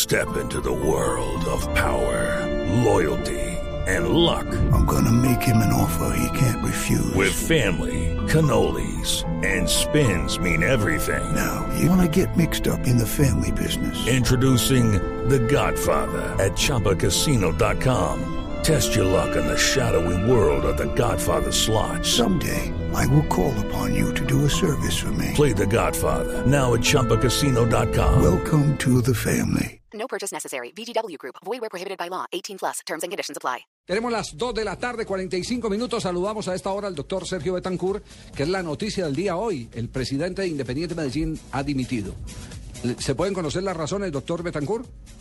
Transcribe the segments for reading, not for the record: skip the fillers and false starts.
Step into the world of power, loyalty, and luck. I'm gonna make him an offer he can't refuse. With family, cannolis, and spins mean everything. Now, you wanna get mixed up in the family business. Introducing The Godfather at ChumbaCasino.com. Test your luck in the shadowy world of The Godfather slot. Someday, I will call upon you to do a service for me. Play The Godfather now at ChumbaCasino.com. Welcome to the family. No purchase necessary. VGW Group. Void where prohibited by law. 18+. Terms and conditions apply. Tenemos las 2 de la tarde, 45 minutos. Saludamos a esta hora al doctor Sergio Betancur, que es la noticia del día hoy. El presidente de Independiente Medellín ha dimitido. ¿Se pueden conocer las razones, doctor Betancur?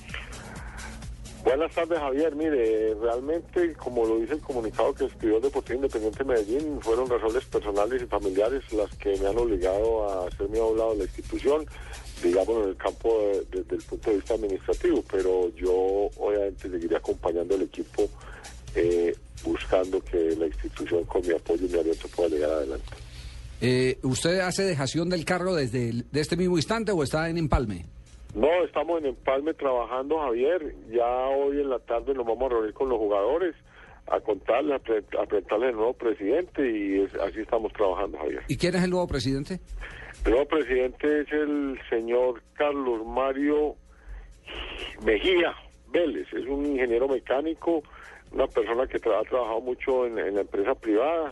Buenas tardes, Javier. Mire, realmente, como lo dice el comunicado que escribió el Deportivo Independiente Medellín, fueron razones personales y familiares las que me han obligado a hacerme a un lado de la institución, digamos, en el campo desde el punto de vista administrativo, pero yo obviamente seguiré acompañando al equipo buscando que la institución con mi apoyo y mi aliento pueda llegar adelante. ¿Usted hace dejación del cargo desde este mismo instante o está en empalme? No, estamos en empalme trabajando, Javier. Ya hoy en la tarde nos vamos a reunir con los jugadores a contarles, a presentarles el nuevo presidente y así estamos trabajando, Javier. ¿Y quién es el nuevo presidente? El nuevo presidente es el señor Carlos Mario Mejía Vélez. Es un ingeniero mecánico, una persona que ha trabajado mucho en la empresa privada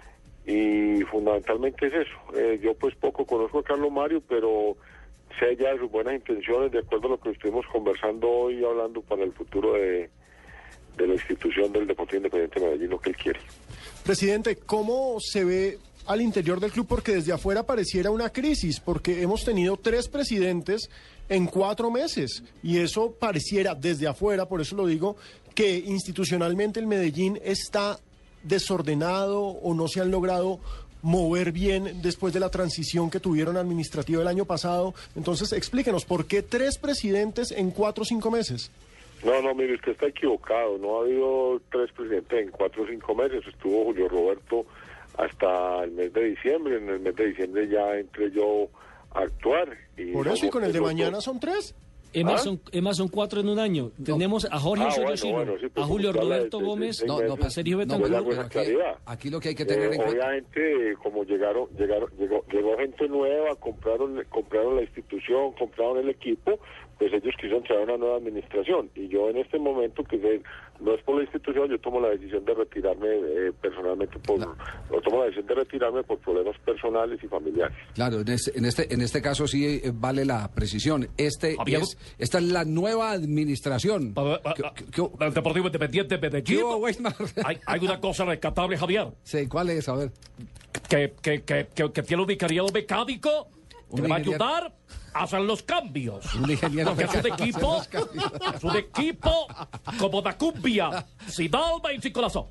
y fundamentalmente es eso. Yo pues poco conozco a Carlos Mario, pero sé ya de sus buenas intenciones, de acuerdo a lo que estuvimos conversando hoy, hablando para el futuro de la institución del Deportivo Independiente de Medellín, lo que él quiere. Presidente, ¿cómo se ve al interior del club? Porque desde afuera pareciera una crisis, porque hemos tenido 3 presidentes en 4 meses, y eso pareciera desde afuera, por eso lo digo, que institucionalmente el Medellín está desordenado o no se han logrado mover bien después de la transición que tuvieron administrativa el año pasado. Entonces, explíquenos, ¿por qué 3 presidentes en 4 o 5 meses? No, mire, usted está equivocado. No ha habido 3 presidentes en 4 o 5 meses. Estuvo Julio Roberto hasta el mes de diciembre. En el mes de diciembre ya entré yo a actuar. Por eso, y con el de mañana son 3. Más son 4 en un año. No. Tenemos a Jorge Osorio, sí, a Julio Roberto Gómez, a Sergio Betancur. Aquí lo que hay que tener en cuenta. Obviamente, como llegó gente nueva, compraron la institución, compraron el equipo, pues ellos quisieron traer una nueva administración. Y yo en este momento, que no es por la institución, yo tomo la decisión de retirarme personalmente tomo la decisión de retirarme por problemas personales y familiares. Claro, en este caso sí vale la precisión. Esta es la nueva administración. El Deportivo Independiente Medellín. Hay una cosa rescatable, Javier. Sí, ¿cuál es? A ver. Que tiene un ingeniero mecánico que le va a ayudar a hacer los cambios. Un ingeniero mecánico. Es un equipo como la cumbia, sin alma y sin corazón.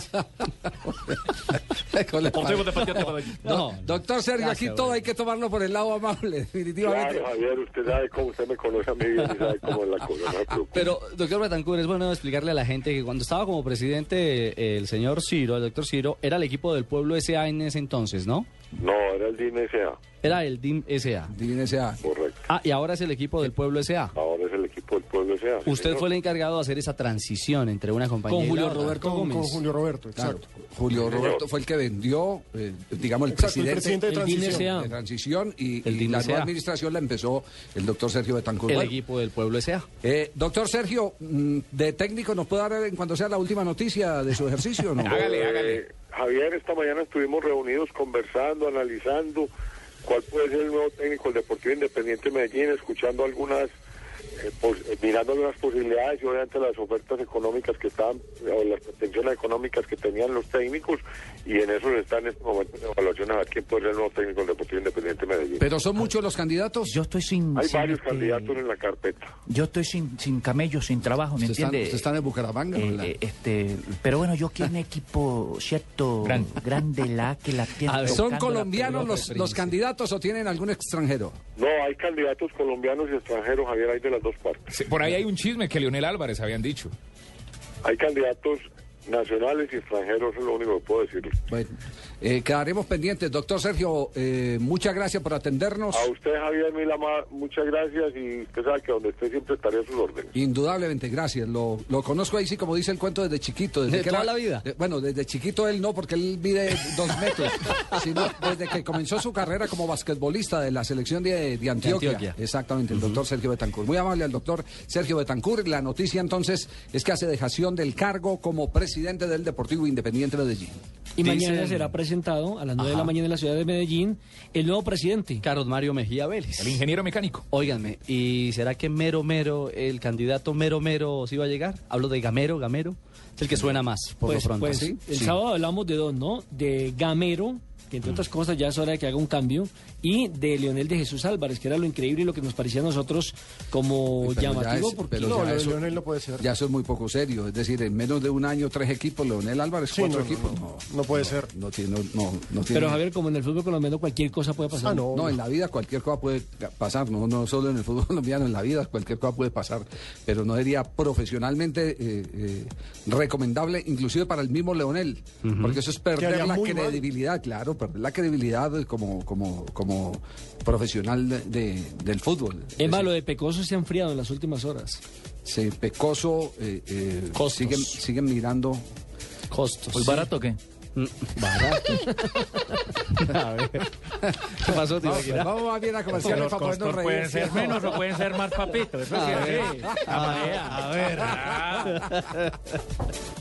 Deportivo Independiente Medellín. Doctor Sergio, aquí todo hay que tomarlo por el lado amable, definitivamente. Claro, Javier, usted sabe cómo, usted me conoce a mí y sabe cómo es la cosa. No, pero, doctor Betancur, es bueno explicarle a la gente que cuando estaba como presidente el señor Ciro, el doctor Ciro, era el equipo del Pueblo S.A. en ese entonces, ¿no? No, era el DIN S.A. Era el DIN S.A. DIN S.A. Correcto. Y ahora es el equipo del Pueblo S.A. Ahora es el equipo del Pueblo S.A. Usted señor. Fue el encargado de hacer esa transición entre una compañía con y Julio la otra. Roberto Gómez. Con Julio Roberto, exacto. Claro. Julio Roberto fue el que vendió, digamos, el presidente de transición y la nueva administración la empezó el doctor Sergio Betancur. El equipo del Pueblo S.A. Doctor Sergio, de técnico, ¿nos puede dar en cuanto sea la última noticia de su ejercicio? ¿No? Hágale. Javier, esta mañana estuvimos reunidos conversando, analizando cuál puede ser el nuevo técnico del Deportivo Independiente Medellín, escuchando algunas, mirando algunas posibilidades y obviamente las ofertas económicas que estaban, o las pretensiones económicas que tenían los técnicos, y en eso está en este momento de evaluación a ver quién puede ser el nuevo técnico del Deportivo Independiente Medellín. ¿Pero son muchos los candidatos? Yo estoy Hay varios candidatos en la carpeta. Yo estoy sin camello, sin trabajo, ¿me entiende? ¿Usted está en Bucaramanga? Pero bueno, yo quiero un equipo, ¿cierto? Grande, que la tiene. ¿Son colombianos los candidatos o tienen algún extranjero? No, hay candidatos colombianos y extranjeros, Javier, hay de las dos partes. Sí, por ahí hay un chisme que Leonel Álvarez habían dicho. Hay candidatos nacionales y extranjeros, es lo único que puedo decirle. Bueno, quedaremos pendientes. Doctor Sergio, muchas gracias por atendernos. A usted, Javier Milamar, muchas gracias, y usted sabe que donde esté siempre estaré a sus órdenes. Indudablemente, gracias. Lo conozco ahí, sí, como dice el cuento, desde chiquito. Desde que toda la vida. Bueno, desde chiquito él no, porque él mide 2 metros, sino desde que comenzó su carrera como basquetbolista de la selección de Antioquia. Exactamente, el doctor Sergio Betancur. Muy amable al doctor Sergio Betancur. La noticia entonces es que hace dejación del cargo como presidente del Deportivo Independiente Medellín. Y mañana será presentado a las 9 de la mañana en la ciudad de Medellín el nuevo presidente. Carlos Mario Mejía Vélez. El ingeniero mecánico. Óiganme, ¿y será que el candidato Mero sí va a llegar? Hablo de Gamero. Es el que suena más, por lo pronto. Pues, ¿sí? El sábado hablamos de 2, ¿no? De Gamero, que entre otras cosas ya es hora de que haga un cambio, y de Leonel de Jesús Álvarez, que era lo increíble y lo que nos parecía a nosotros como llamativo. Porque no, Leonel no puede ser. Ya eso es muy poco serio. Es decir, en menos de un año, 3 equipos, Leonel Álvarez, 4 equipos. No puede ser. No tiene. Pero Javier, como en el fútbol colombiano cualquier cosa puede pasar. No, en la vida cualquier cosa puede pasar. No solo en el fútbol colombiano, en la vida cualquier cosa puede pasar. Pero no sería profesionalmente recomendable, inclusive para el mismo Leonel. Porque eso es perder la credibilidad, claro, perder la credibilidad como profesional del fútbol. Es más, lo de Pecoso se ha enfriado en las últimas horas. Sí, Pecoso siguen mirando costos. ¿Muy barato o qué? Barato. A ver. ¿Qué pasó, tío? Vamos más bien a comerciales Los para podernos costos reír. pueden ser menos o pueden ser más, papito. Eso sí, a ver.